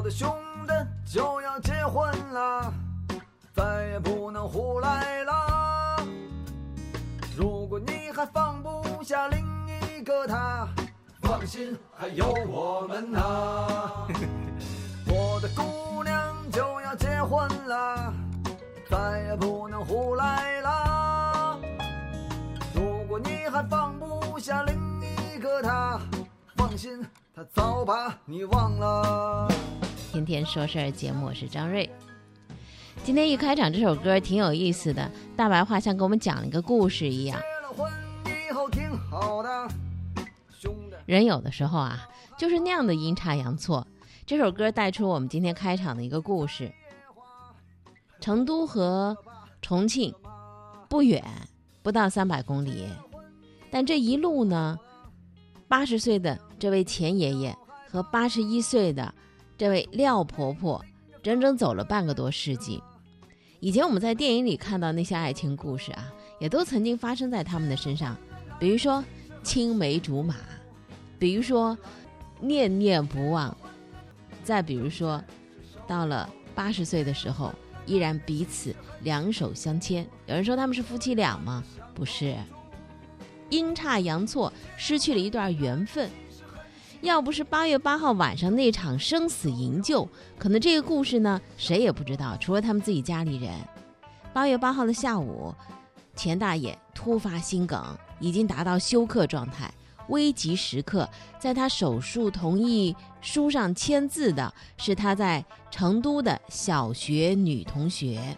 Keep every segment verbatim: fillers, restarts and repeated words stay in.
的凶的就要结婚了，再也不能胡来了。如果你还放不下另一个他，放心，还有我们啊。我的姑娘就要结婚了，再也不能胡来了。如果你还放不下另一个他，放心，他早把你忘了。 天天说事儿节目，我是张瑞。今天一开场这首歌挺有意思的，大白话像给我们讲了一个故事一样。 结了婚以后挺好的， 人有的时候啊，就是那样的阴差阳错。这首歌带出我们今天开场的一个故事。成都和重庆不远，不到三百公里，但这一路呢，八十岁的这位钱爷爷和八十一岁的这位廖婆婆整整走了半个多世纪。以前我们在电影里看到那些爱情故事啊，也都曾经发生在他们的身上，比如说青梅竹马，比如说念念不忘，再比如说到了八十岁的时候依然彼此两手相牵。有人说他们是夫妻俩吗？不是，阴差阳错失去了一段缘分。要不是八月八号晚上那场生死营救，可能这个故事呢谁也不知道，除了他们自己家里人。八月八号的下午，钱大爷突发心梗，已经达到休克状态，危急时刻在他手术同意书上签字的是他在成都的小学女同学。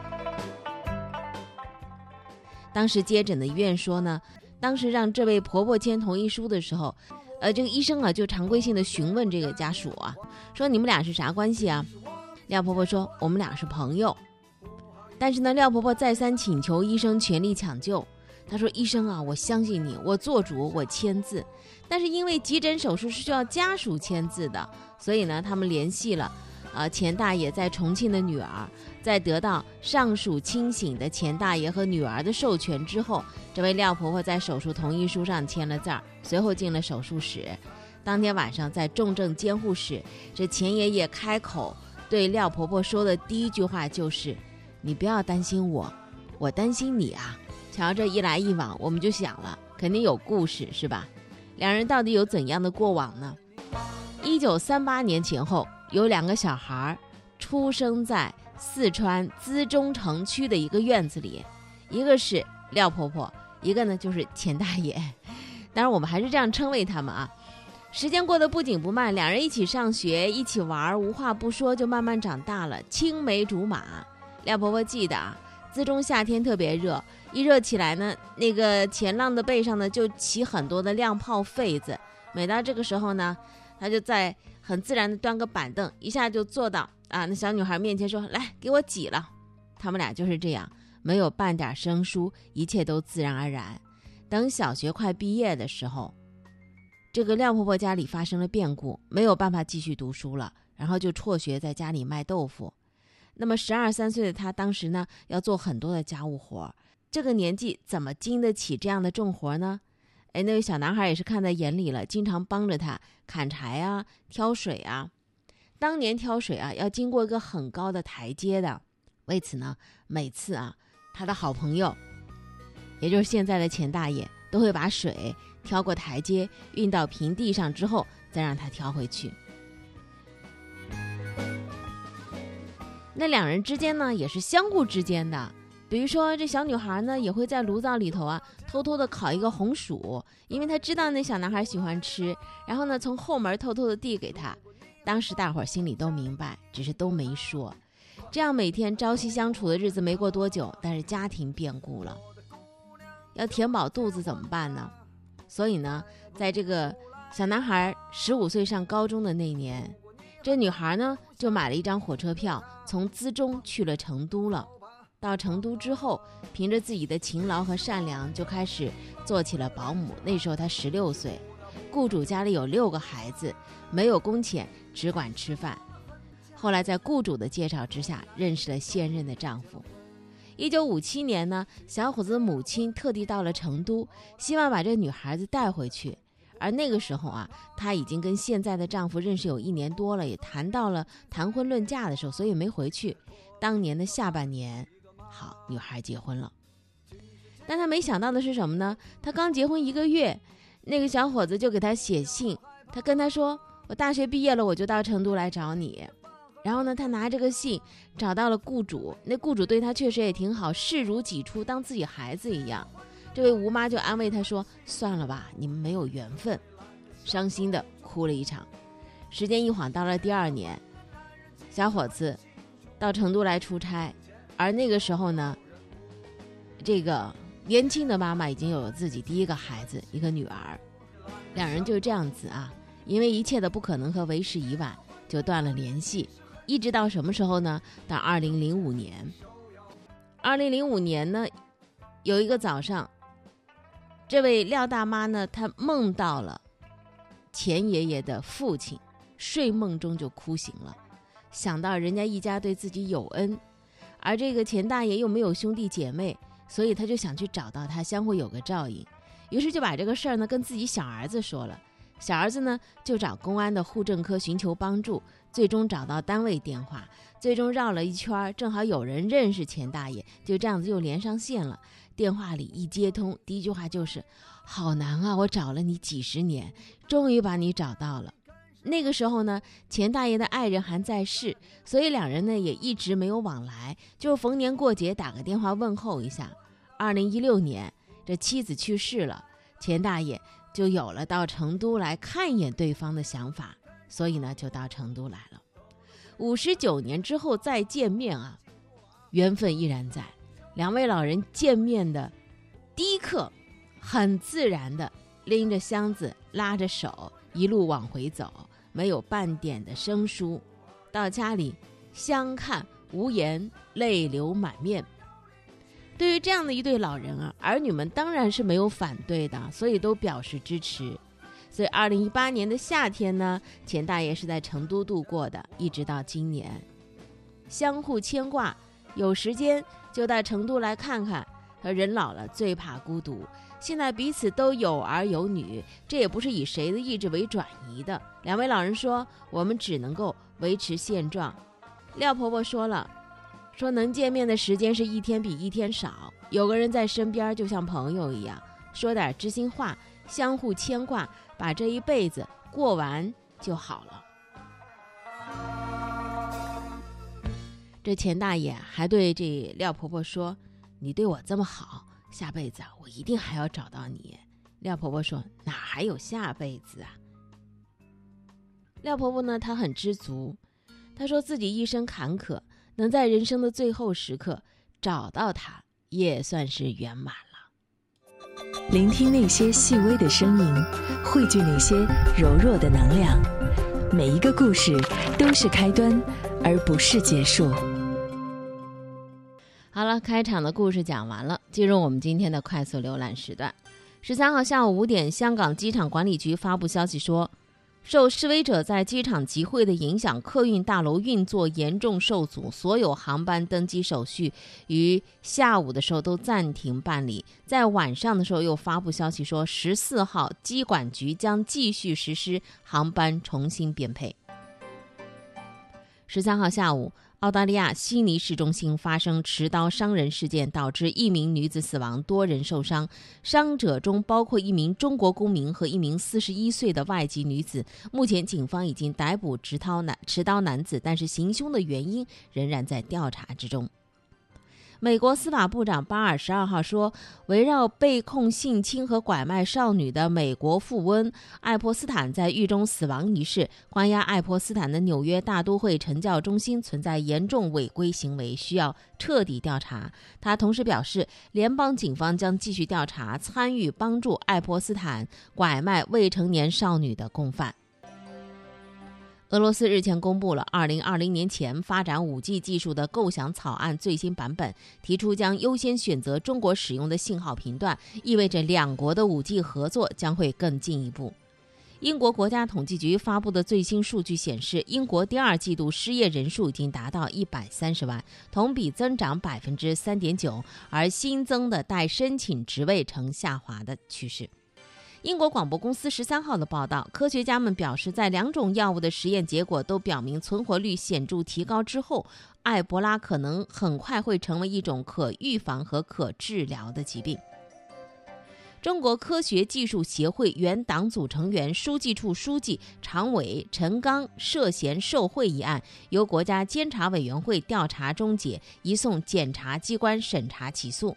当时接诊的医院说呢，当时让这位婆婆签同意书的时候，呃，这个医生啊就常规性的询问这个家属啊，说你们俩是啥关系啊？廖婆婆说我们俩是朋友。但是呢，廖婆婆再三请求医生全力抢救。她说医生啊，我相信你，我做主，我签字。但是因为急诊手术是需要家属签字的，所以呢他们联系了呃，钱大爷在重庆的女儿，在得到上述清醒的钱大爷和女儿的授权之后，这位廖婆婆在手术同意书上签了字儿，随后进了手术室。当天晚上在重症监护室，这钱爷爷开口对廖婆婆说的第一句话就是你不要担心我，我担心你啊。瞧这一来一往，我们就想了，肯定有故事是吧？两人到底有怎样的过往呢？一九三八年前后，有两个小孩出生在四川资中城区的一个院子里，一个是廖婆婆，一个呢就是钱大爷。当然我们还是这样称谓他们啊。时间过得不紧不慢，两人一起上学，一起玩，无话不说，就慢慢长大了，青梅竹马。廖婆婆记得啊，资中夏天特别热，一热起来呢，那个钱浪的背上呢就起很多的亮泡痱子。每到这个时候呢，他就在很自然的端个板凳，一下就坐到啊那小女孩面前说，来给我挤了。他们俩就是这样，没有半点生疏，一切都自然而然。等小学快毕业的时候，这个廖婆婆家里发生了变故，没有办法继续读书了，然后就辍学在家里卖豆腐。那么十二三岁的她当时呢要做很多的家务活，这个年纪怎么经得起这样的重活呢？哎，那位小男孩也是看在眼里了，经常帮着他砍柴啊，挑水啊。当年挑水啊要经过一个很高的台阶的，为此呢，每次啊他的好朋友，也就是现在的钱大爷，都会把水挑过台阶运到平地上之后再让他挑回去。那两人之间呢也是相互之间的，比如说这小女孩呢也会在炉灶里头啊偷偷的烤一个红薯，因为她知道那小男孩喜欢吃，然后呢从后门偷偷的递给他。当时大伙儿心里都明白，只是都没说。这样每天朝夕相处的日子没过多久，但是家庭变故了，要填饱肚子怎么办呢？所以呢，在这个小男孩十五岁上高中的那年，这女孩呢就买了一张火车票，从资中去了成都了。到成都之后，凭着自己的勤劳和善良，就开始做起了保姆。那时候她十六岁，雇主家里有六个孩子，没有工钱，只管吃饭。后来在雇主的介绍之下，认识了现任的丈夫。一九五七年呢，小伙子的母亲特地到了成都，希望把这女孩子带回去。 而那个时候啊，她已经跟现在的丈夫认识有一年多了，也谈到了谈婚论嫁的时候，所以没回去。当年的下半年，好，女孩结婚了。但她没想到的是什么呢？她刚结婚一个月，那个小伙子就给她写信，他跟她说，我大学毕业了，我就到成都来找你。然后呢，他拿这个信找到了雇主，那雇主对他确实也挺好，视如己出，当自己孩子一样。这位吴妈就安慰他说，算了吧，你们没有缘分，伤心的哭了一场。时间一晃到了第二年，小伙子到成都来出差，而那个时候呢，这个年轻的妈妈已经有了自己第一个孩子，一个女儿。两人就这样子啊，因为一切的不可能和为时已晚，就断了联系。一直到什么时候呢？到二零零五年。二零零五年呢，有一个早上，这位廖大妈呢，她梦到了钱爷爷的父亲，睡梦中就哭醒了，想到人家一家对自己有恩，而这个钱大爷又没有兄弟姐妹，所以他就想去找到他，相互有个照应。于是就把这个事儿呢跟自己小儿子说了。小儿子呢就找公安的户政科寻求帮助，最终找到单位电话，最终绕了一圈，正好有人认识钱大爷，就这样子又连上线了。电话里一接通，第一句话就是，好难啊，我找了你几十年，终于把你找到了。那个时候呢，钱大爷的爱人还在世，所以两人呢也一直没有往来，就逢年过节打个电话问候一下。二零一六年，这妻子去世了，钱大爷就有了到成都来看一眼对方的想法，所以呢就到成都来了。五十九年之后再见面啊，缘分依然在。两位老人见面的第一刻，很自然的拎着箱子，拉着手，一路往回走，没有半点的生疏。到家里相看无言，泪流满面。对于这样的一对老人啊，儿女们当然是没有反对的，所以都表示支持。所以二零一八年的夏天呢，钱大爷是在成都度过的，一直到今年。相互牵挂，有时间就到成都来看看。人老了最怕孤独，现在彼此都有儿有女，这也不是以谁的意志为转移的。两位老人说，我们只能够维持现状。廖婆婆说了，说能见面的时间是一天比一天少，有个人在身边就像朋友一样，说点知心话，相互牵挂，把这一辈子过完就好了。这钱大爷还对这廖婆婆说，你对我这么好，下辈子啊，我一定还要找到你。廖婆婆说，哪还有下辈子啊？廖婆婆呢，她很知足，她说自己一生坎坷，能在人生的最后时刻找到他，也算是圆满了。 聆听那些细微的声音，汇聚那些柔弱的能量，每一个故事都是开端，而不是结束。 好了，开场的故事讲完了，进入我们今天的快速浏览时段。十三号下午五点，香港机场管理局发布消息说，受示威者在机场集会的影响，客运大楼运作严重受阻，所有航班登机手续于下午的时候都暂停办理。在晚上的时候又发布消息说，十四号机管局将继续实施航班重新编配。十三号下午，澳大利亚悉尼市中心发生持刀伤人事件，导致一名女子死亡，多人受伤。伤者中包括一名中国公民和一名四十一岁的外籍女子。目前警方已经逮捕持刀男持刀男子，但是行凶的原因仍然在调查之中。美国司法部长巴尔十二号说，围绕被控性侵和拐卖少女的美国富翁爱泼斯坦在狱中死亡一事，关押爱泼斯坦的纽约大都会惩教中心存在严重违规行为，需要彻底调查。他同时表示，联邦警方将继续调查参与帮助爱泼斯坦拐卖未成年少女的共犯。俄罗斯日前公布了二零二零年前发展 五 G 技术的构想草案最新版本，提出将优先选择中国使用的信号频段，意味着两国的 五 G 合作将会更进一步。英国国家统计局发布的最新数据显示，英国第二季度失业人数已经达到一百三十万，同比增长 百分之三点九， 而新增的待申请职位呈下滑的趋势。 英国广播公司十三号的报道，科学家们表示，在两种药物的实验结果都表明存活率显著提高之后，埃博拉可能很快会成为一种可预防和可治疗的疾病。中国科学技术协会原党组成员、书记处书记、常委陈刚涉嫌受贿一案，由国家监察委员会调查终结，移送检察机关审查起诉。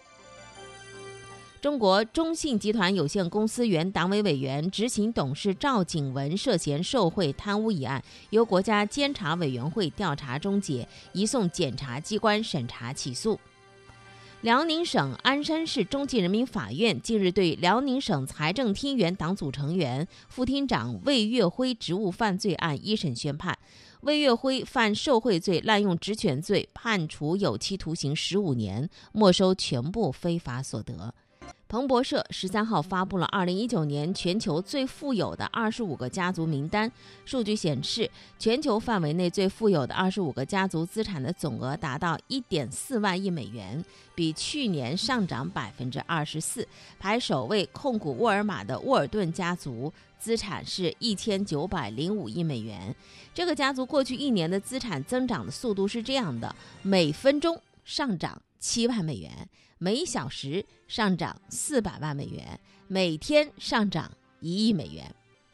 中国中信集团有限公司原党委委员、执行董事赵景文涉嫌受贿贪污一案，由国家监察委员会调查终结，移送检察机关审查起诉。辽宁省鞍山市中级人民法院近日对辽宁省财政厅原党组成员、副厅长魏岳辉职务犯罪案一审宣判，魏岳辉犯受贿罪、滥用职权罪，判处有期徒刑十五年，没收全部非法所得。彭博社十三号发布了二零一九年全球最富有的二十五个家族名单。数据显示，全球范围内最富有的二十五个家族资产的总额达到一点四万亿美元，比去年上涨百分之二十四。排首位控股沃尔玛的沃尔顿家族，资产是一千九百零五亿美元。这个家族过去一年的资产增长的速度是这样的：每分钟上涨七万美元，每小时上涨四百万美元，每天上涨一亿美元。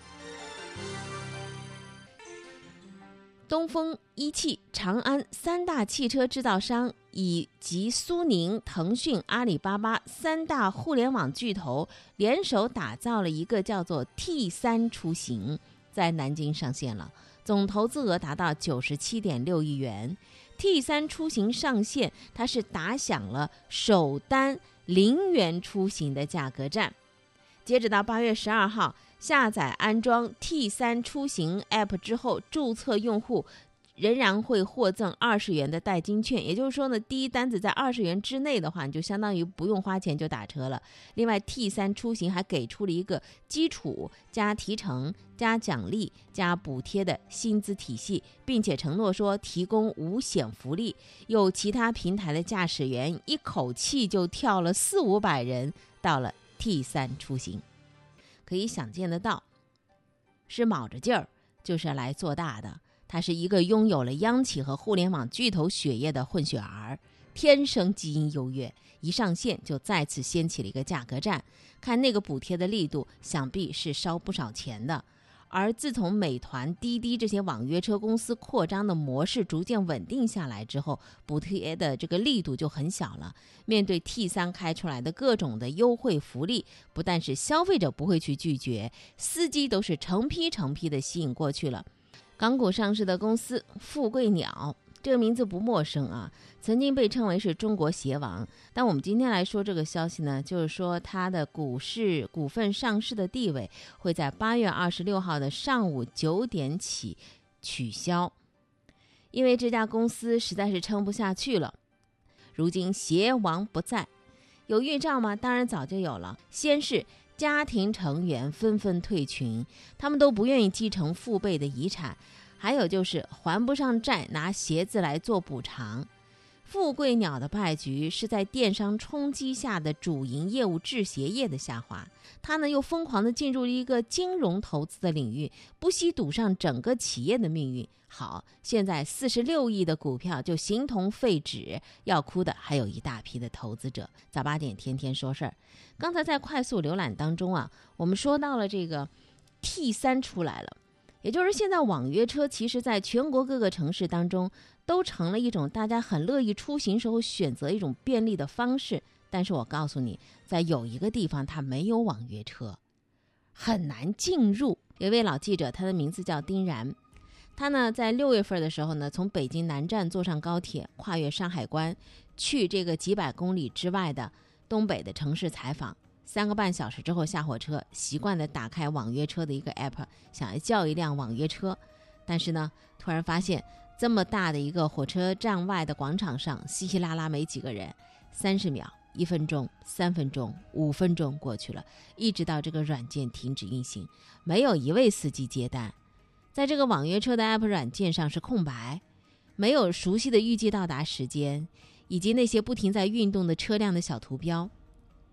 东风、一汽、长安三大汽车制造商以及苏宁、腾讯、阿里巴巴三大互联网巨头联手打造了一个叫做 T 三 出行，在南京上线了，总投资额达到九十七点六亿元。T 三 出行上线，它是打响了首单零元出行的价格战。截止到八月十二号，下载安装 T 三 出行 App 之后，注册用户仍然会获赠二十元的代金券，也就是说呢，第一单子在二十元之内的话，你就相当于不用花钱就打车了。另外 T 三 出行还给出了一个基础加提成加奖励加补贴的薪资体系，并且承诺说提供五险福利。有其他平台的驾驶员一口气就跳了四五百人到了 T 三 出行，可以想见得到，是卯着劲儿就是来做大的。他是一个拥有了央企和互联网巨头血液的混血儿，天生基因优越，一上线就再次掀起了一个价格战。看那个补贴的力度，想必是烧不少钱的。而自从美团、滴滴这些网约车公司扩张的模式逐渐稳定下来之后，补贴的这个力度就很小了。面对 T 三 开出来的各种的优惠福利，不但是消费者不会去拒绝，司机都是成批成批的吸引过去了。港股上市的公司富贵鸟，这个名字不陌生啊，曾经被称为是中国鞋王。但我们今天来说这个消息呢，就是说它的股市股份上市的地位会在八月二十六号的上午九点起取消，因为这家公司实在是撑不下去了。如今鞋王不在，有预兆吗？当然早就有了。先是家庭成员纷纷退群，他们都不愿意继承父辈的遗产，还有就是还不上债，拿鞋子来做补偿。富贵鸟的败局是在电商冲击下的主营业务制鞋业的下滑，它呢又疯狂地进入了一个金融投资的领域，不惜赌上整个企业的命运。好，现在四十六亿的股票就形同废纸，要哭的还有一大批的投资者。早八点天天说事儿，刚才在快速浏览当中啊，我们说到了这个 T 三 出来了，也就是现在网约车其实在全国各个城市当中都成了一种大家很乐意出行时候选择一种便利的方式。但是我告诉你，在有一个地方它没有网约车，很难进入。有一位老记者，他的名字叫丁然，他呢在六月份的时候呢，从北京南站坐上高铁，跨越山海关，去这个几百公里之外的东北的城市采访。三个半小时之后下火车，习惯地打开网约车的一个 app， 想要叫一辆网约车，但是呢，突然发现这么大的一个火车站外的广场上，稀稀拉拉没几个人。三十秒、一分钟、三分钟、五分钟过去了，一直到这个软件停止运行，没有一位司机接单。在这个网约车的 app 软件上是空白，没有熟悉的预计到达时间，以及那些不停在运动的车辆的小图标。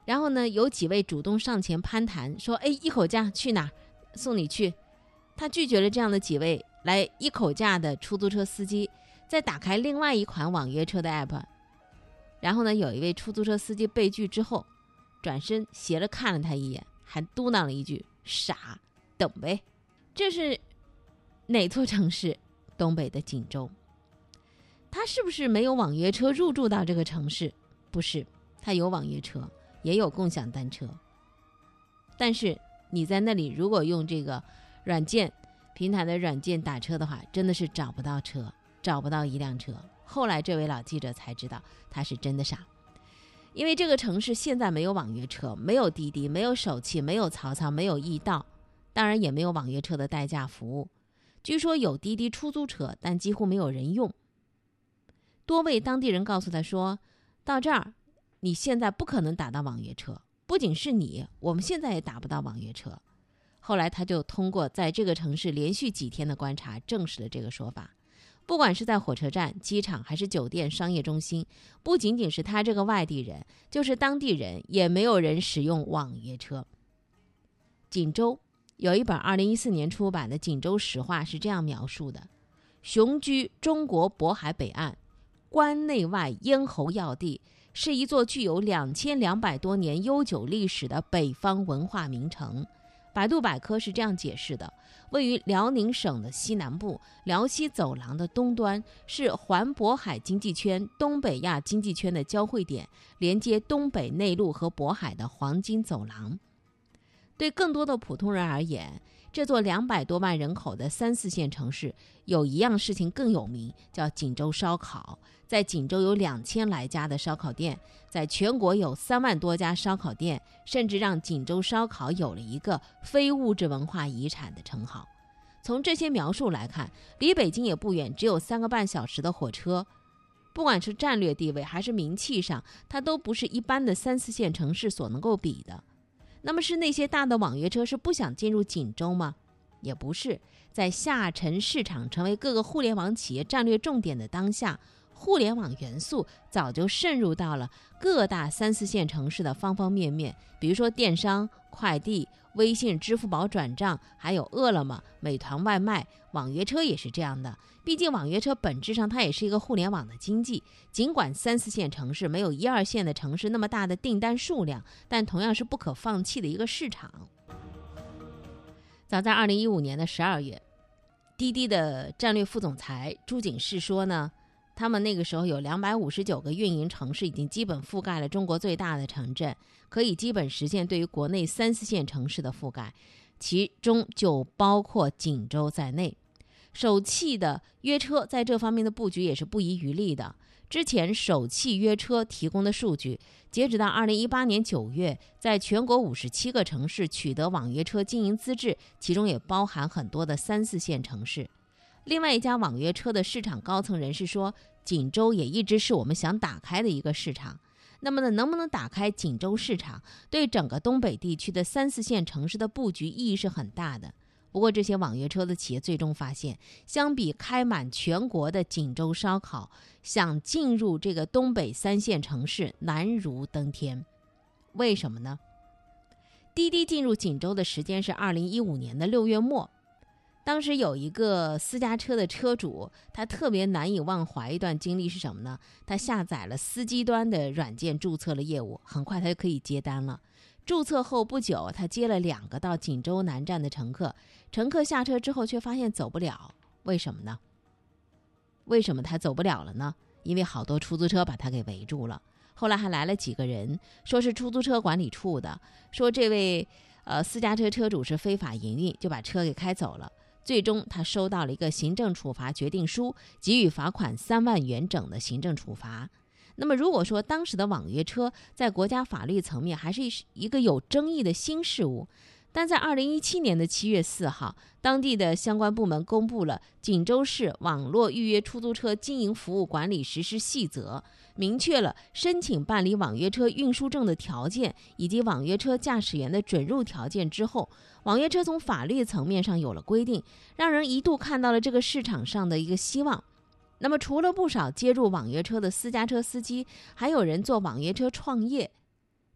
然后呢，有几位主动上前攀谈，说：“哎，一口价去哪儿？送你去。”他拒绝了这样的几位来一口价的出租车司机，再打开另外一款网约车的 app。然后呢，有一位出租车司机被拒之后，转身斜着看了他一眼，还嘟囔了一句：“傻，等呗。”这是哪座城市？东北的锦州。他是不是没有网约车入住到这个城市？不是，他有网约车，也有共享单车。但是你在那里如果用这个软件平台的软件打车的话，真的是找不到车，找不到一辆车。后来这位老记者才知道他是真的傻，因为这个城市现在没有网约车，没有滴滴，没有首汽，没有曹操，没有易到，当然也没有网约车的代驾服务。据说有滴滴出租车，但几乎没有人用。多位当地人告诉他说，到这儿你现在不可能打到网约车，不仅是你，我们现在也打不到网约车。后来他就通过在这个城市连续几天的观察，证实了这个说法。不管是在火车站、机场还是酒店、商业中心，不仅仅是他这个外地人，就是当地人也没有人使用网约车。锦州有一本二零一四年出版的《锦州实话》是这样描述的：雄居中国渤海北岸，关内外咽喉要地，是一座具有两千两百多年悠久历史的北方文化名城。百度百科是这样解释的：位于辽宁省的西南部，辽西走廊的东端，是环渤海经济圈、东北亚经济圈的交汇点，连接东北内陆和渤海的黄金走廊。对更多的普通人而言，这座两百多万人口的三四线城市有一样事情更有名，叫锦州烧烤。在锦州有两千来家的烧烤店，在全国有三万多家烧烤店，甚至让锦州烧烤有了一个非物质文化遗产的称号。从这些描述来看，离北京也不远，只有三个半小时的火车。不管是战略地位还是名气上，它都不是一般的三四线城市所能够比的。那么是那些大的网约车是不想进入锦州吗？也不是。在下沉市场成为各个互联网企业战略重点的当下，互联网元素早就渗入到了各大三四线城市的方方面面，比如说电商、快递、微信、支付宝转账，还有饿了么、美团外卖，网约车也是这样的。毕竟网约车本质上它也是一个互联网的经济，尽管三四线城市没有一二线的城市那么大的订单数量，但同样是不可放弃的一个市场。早在二零一五年的十二月，滴滴的战略副总裁朱景士说呢，他们那个时候有两百五十九个运营城市已经基本覆盖了中国最大的城镇，可以基本实现对于国内三四线城市的覆盖，其中就包括锦州在内。首汽的约车在这方面的布局也是不遗余力的。之前首汽约车提供的数据，截止到二零一八年九月，在全国五十七个城市取得网约车经营资质，其中也包含很多的三四线城市。另外一家网约车的市场高层人士说，锦州也一直是我们想打开的一个市场。那么呢，能不能打开锦州市场，对整个东北地区的三四线城市的布局意义是很大的。不过这些网约车的企业最终发现，相比开满全国的锦州烧烤，想进入这个东北三线城市难如登天。为什么呢？滴滴进入锦州的时间是二零一五年的六月末，当时有一个私家车的车主，他特别难以忘怀一段经历是什么呢？他下载了司机端的软件，注册了业务，很快他就可以接单了。注册后不久，他接了两个到锦州南站的乘客，乘客下车之后却发现走不了，为什么呢？为什么他走不了了呢？因为好多出租车把他给围住了。后来还来了几个人，说是出租车管理处的，说这位呃私家车车主是非法营运，就把车给开走了。最终他收到了一个行政处罚决定书，给予罚款三万元整的行政处罚。那么如果说当时的网约车在国家法律层面还是一个有争议的新事物，但在二零一七年的七月四号，当地的相关部门公布了锦州市网络预约出租车经营服务管理实施细则，明确了申请办理网约车运输证的条件以及网约车驾驶员的准入条件之后，网约车从法律层面上有了规定，让人一度看到了这个市场上的一个希望。那么除了不少接入网约车的私家车司机，还有人做网约车创业。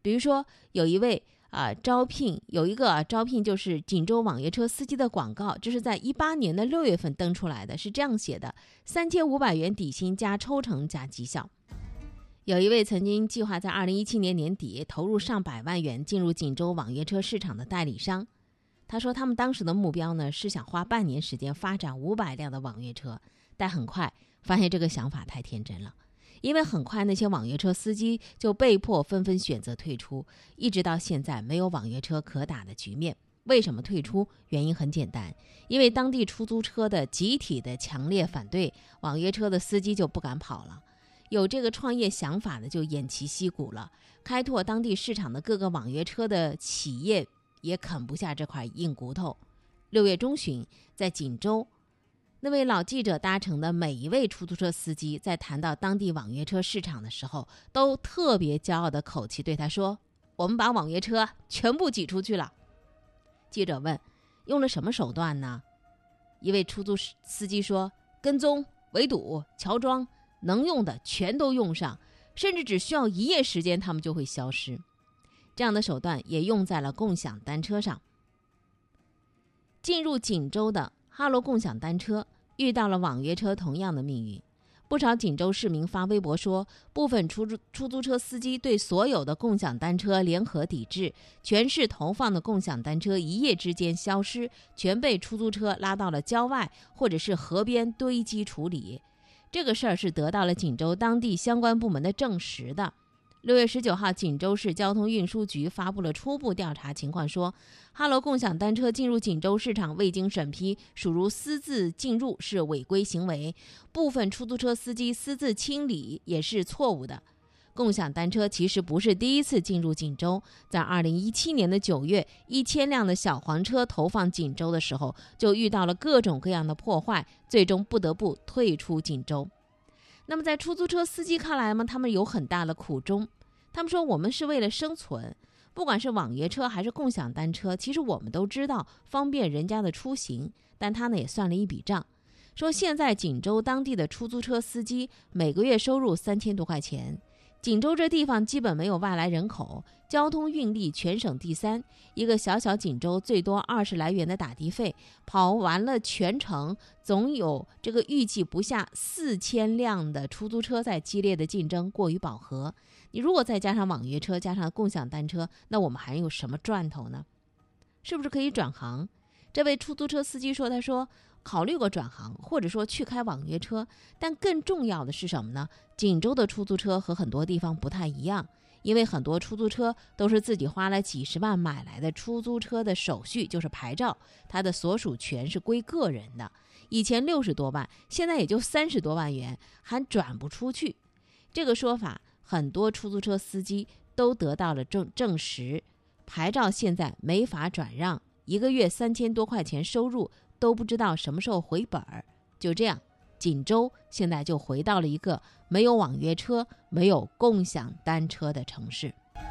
比如说有一位啊、呃、招聘有一个、啊、招聘就是锦州网约车司机的广告，这是在一八年的六月份登出来的，是这样写的：三千五百元底薪加抽成加绩效。有一位曾经计划在二零一七年年底投入上百万元进入锦州网约车市场的代理商，他说他们当时的目标呢是想花半年时间发展五百辆的网约车，但很快发现这个想法太天真了，因为很快那些网约车司机就被迫纷纷选择退出，一直到现在没有网约车可打的局面。为什么退出？原因很简单，因为当地出租车的集体的强烈反对，网约车的司机就不敢跑了。有这个创业想法的就偃旗息鼓了，开拓当地市场的各个网约车的企业也啃不下这块硬骨头。六月中旬，在锦州，那位老记者搭乘的每一位出租车司机在谈到当地网约车市场的时候，都特别骄傲的口气对他说：我们把网约车全部挤出去了。记者问：用了什么手段呢？一位出租司机说：跟踪、围堵、乔装，能用的全都用上，甚至只需要一夜时间他们就会消失。这样的手段也用在了共享单车上。进入锦州的哈罗共享单车遇到了网约车同样的命运。不少锦州市民发微博说，部分出租出租车司机对所有的共享单车联合抵制，全市投放的共享单车一夜之间消失，全被出租车拉到了郊外或者是河边堆积处理。这个事儿是得到了锦州当地相关部门的证实的。六月十九号，锦州市交通运输局发布了初步调查情况，说哈罗共享单车进入锦州市场未经审批，属如私自进入，是违规行为，部分出租车司机私自清理也是错误的。共享单车其实不是第一次进入锦州，在二零一七年的九月，一千辆的小黄车投放锦州的时候，就遇到了各种各样的破坏，最终不得不退出锦州。那么在出租车司机看来嘛，他们有很大的苦衷。他们说，我们是为了生存，不管是网约车还是共享单车，其实我们都知道方便人家的出行，但他呢也算了一笔账，说现在锦州当地的出租车司机每个月收入三千多块钱。锦州这地方基本没有外来人口，交通运力全省第三，一个小小锦州最多二十来元的打的费，跑完了全程，总有这个预计不下四千辆的出租车在激烈的竞争，过于饱和。你如果再加上网约车，加上共享单车，那我们还有什么赚头呢？是不是可以转行？这位出租车司机说，他说考虑过转行，或者说去开网约车，但更重要的是什么呢？锦州的出租车和很多地方不太一样，因为很多出租车都是自己花了几十万买来的出租车的手续，就是牌照，它的所属权是归个人的。以前六十多万，现在也就三十多万元，还转不出去。这个说法，很多出租车司机都得到了证证实，牌照现在没法转让，一个月三千多块钱收入都不知道什么时候回本儿。就这样，锦州现在就回到了一个没有网约车、没有共享单车的城市。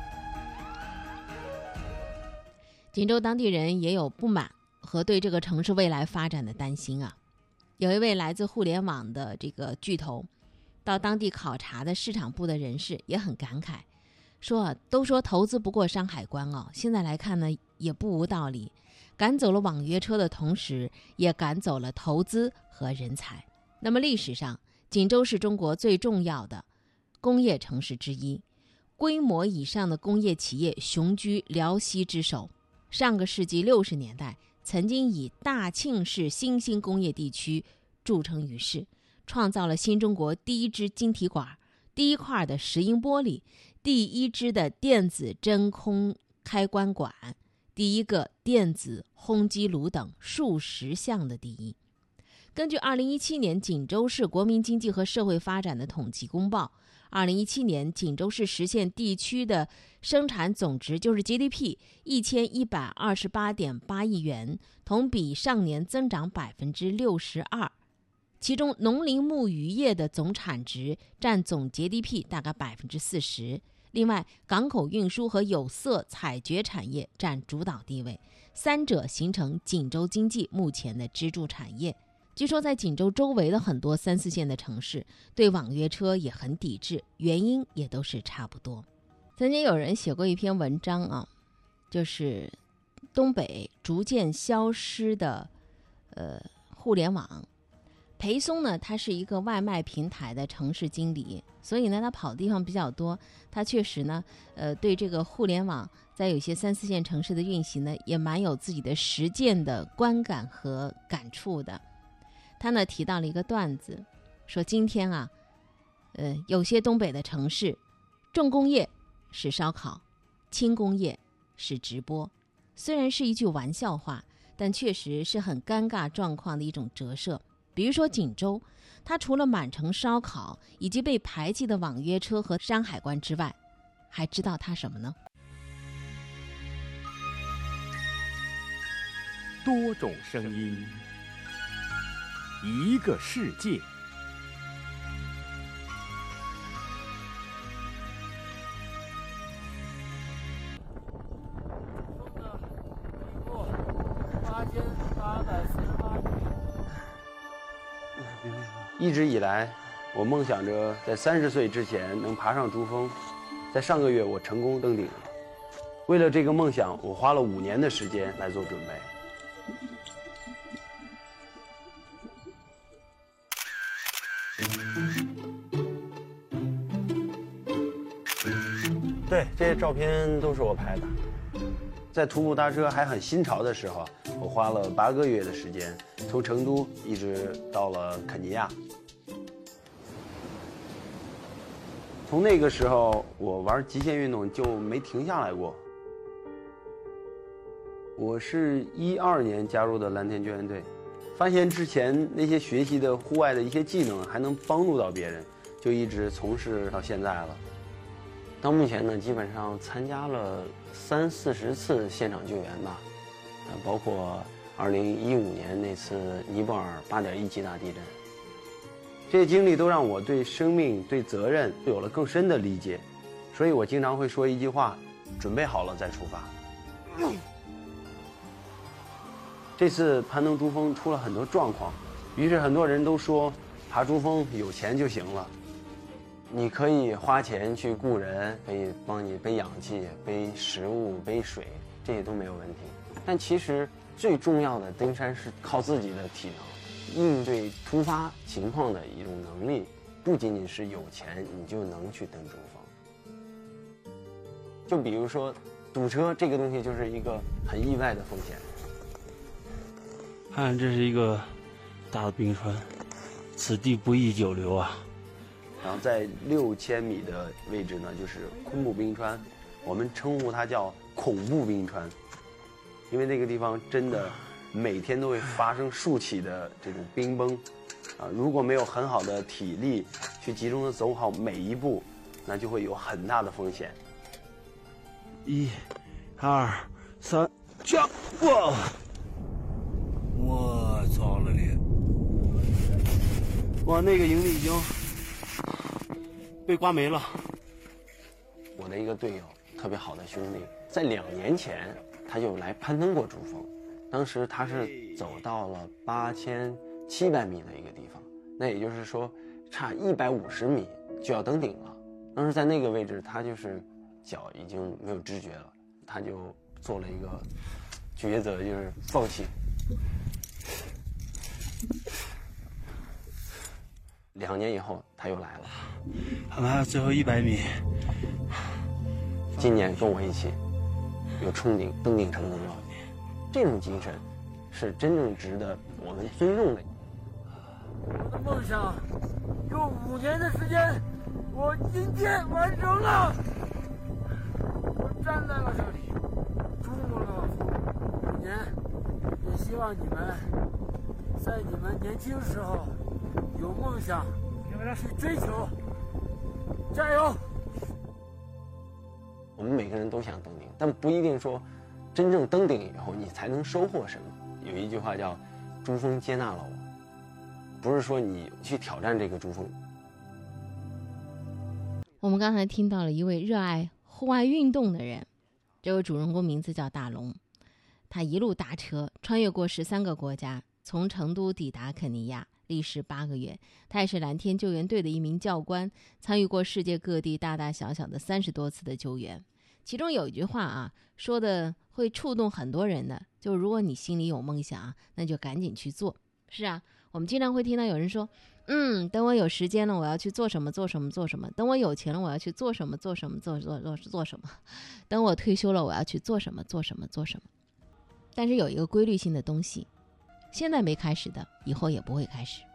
锦州当地人也有不满和对这个城市未来发展的担心啊。有一位来自互联网的这个巨头到当地考察的市场部的人士也很感慨，说都说投资不过山海关哦，现在来看呢也不无道理，赶走了网约车的同时，也赶走了投资和人才。那么历史上，锦州是中国最重要的工业城市之一，规模以上的工业企业雄居辽西之首。上个世纪六十年代，曾经以大庆市新兴工业地区著称于世，创造了新中国第一支晶体管、第一块的石英玻璃、第一支的电子真空开关管、第一个电子烘机炉等数十项的第一。根据二零一七年锦州市国民经济和社会发展的统计公报，二零一七年锦州市实现地区的生产总值，就是 G D P 一千一百二十八点八亿元，同比上年增长百分之六十二。其中农林牧渔业的总产值占总 G D P 大概百分之四十。另外，港口运输和有色采掘产业占主导地位，三者形成锦州经济目前的支柱产业。据说在锦州周围的很多三四线的城市对网约车也很抵制，原因也都是差不多。 曾经有人写过一篇文章啊，就是东北逐渐消失的呃互联网。裴松呢，他是一个外卖平台的城市经理，所以呢，他跑的地方比较多。他确实呢，呃，对这个互联网在有些三四线城市的运行呢，也蛮有自己的实践的观感和感触的。他呢提到了一个段子，说今天啊，呃，有些东北的城市，重工业是烧烤，轻工业是直播。虽然是一句玩笑话，但确实是很尴尬状况的一种折射。比如说锦州，它除了满城烧烤以及被排挤的网约车和山海关之外，还知道它什么呢？ 多种声音，一个世界。 一直以来，我梦想着在三十岁之前能爬上珠峰。在上个月，我成功登顶了。为了这个梦想，我花了五年的时间来做准备。对，这些照片都是我拍的。在徒步搭车还很新潮的时候，我花了八个月的时间，从成都一直到了肯尼亚。从那个时候，我玩极限运动就没停下来过。我是一二年加入的蓝天救援队，发现之前那些学习的户外的一些技能还能帮助到别人，就一直从事到现在了。到目前呢，基本上参加了三四十次现场救援吧，呃，包括二零一五年那次尼泊尔八点一级大地震。这些经历都让我对生命、对责任有了更深的理解，所以我经常会说一句话：准备好了再出发。这次攀登珠峰出了很多状况，于是很多人都说爬珠峰有钱就行了。你可以花钱去雇人，可以帮你背氧气、背食物、背水，这些都没有问题。但其实最重要的登山是靠自己的体能，应对突发情况的一种能力，不仅仅是有钱你就能去登珠峰。就比如说堵车这个东西，就是一个很意外的风险。 看，这是一个大的冰川，此地不宜久留啊。 然后在六千米的位置呢，就是昆布冰川，我们称呼它叫恐怖冰川，因为那个地方真的每天都会发生数起的这种冰崩，啊，如果没有很好的体力去集中的走好每一步，那就会有很大的风险。 一、二、三，加！哇！ 我操了你！ 哇，那个营地已经被刮没了。我的一个队友，特别好的兄弟，在两年前他就来攀登过珠峰，当时他是走到了八千七百米的一个地方，那也就是说差一百五十米就要登顶了。当时在那个位置，他就是脚已经没有知觉了，他就做了一个抉择，就是放弃。两年以后他又来了， 我们还有最后一百米。 今年跟我一起有冲顶登顶成功了，这种精神是真正值得我们尊重的。 我的梦想用五年的时间，我今天完成了。我站在了这里，珠穆朗玛峰五年，也希望你们在你们年轻时候有梦想去追求，加油！ 我们每个人都想登顶，但不一定说真正登顶以后你才能收获什么。有一句话叫“珠峰接纳了我”，不是说你去挑战这个珠峰。 我们刚才听到了一位热爱户外运动的人，这位主人公名字叫大龙，他一路搭车穿越过十三个国家，从成都抵达肯尼亚， 历时八个月。他也是蓝天救援队的一名教官，参与过世界各地大大小小的三十多次的救援。其中有一句话啊，说的会触动很多人的，就如果你心里有梦想，那就赶紧去做。是啊，我们经常会听到有人说，嗯，等我有时间了，我要去做什么做什么做什么；等我有钱了，我要去做什么做什么做做做做什么；等我退休了，我要去做什么做什么做什么。但是有一个规律性的东西，现在没开始的，以后也不会开始。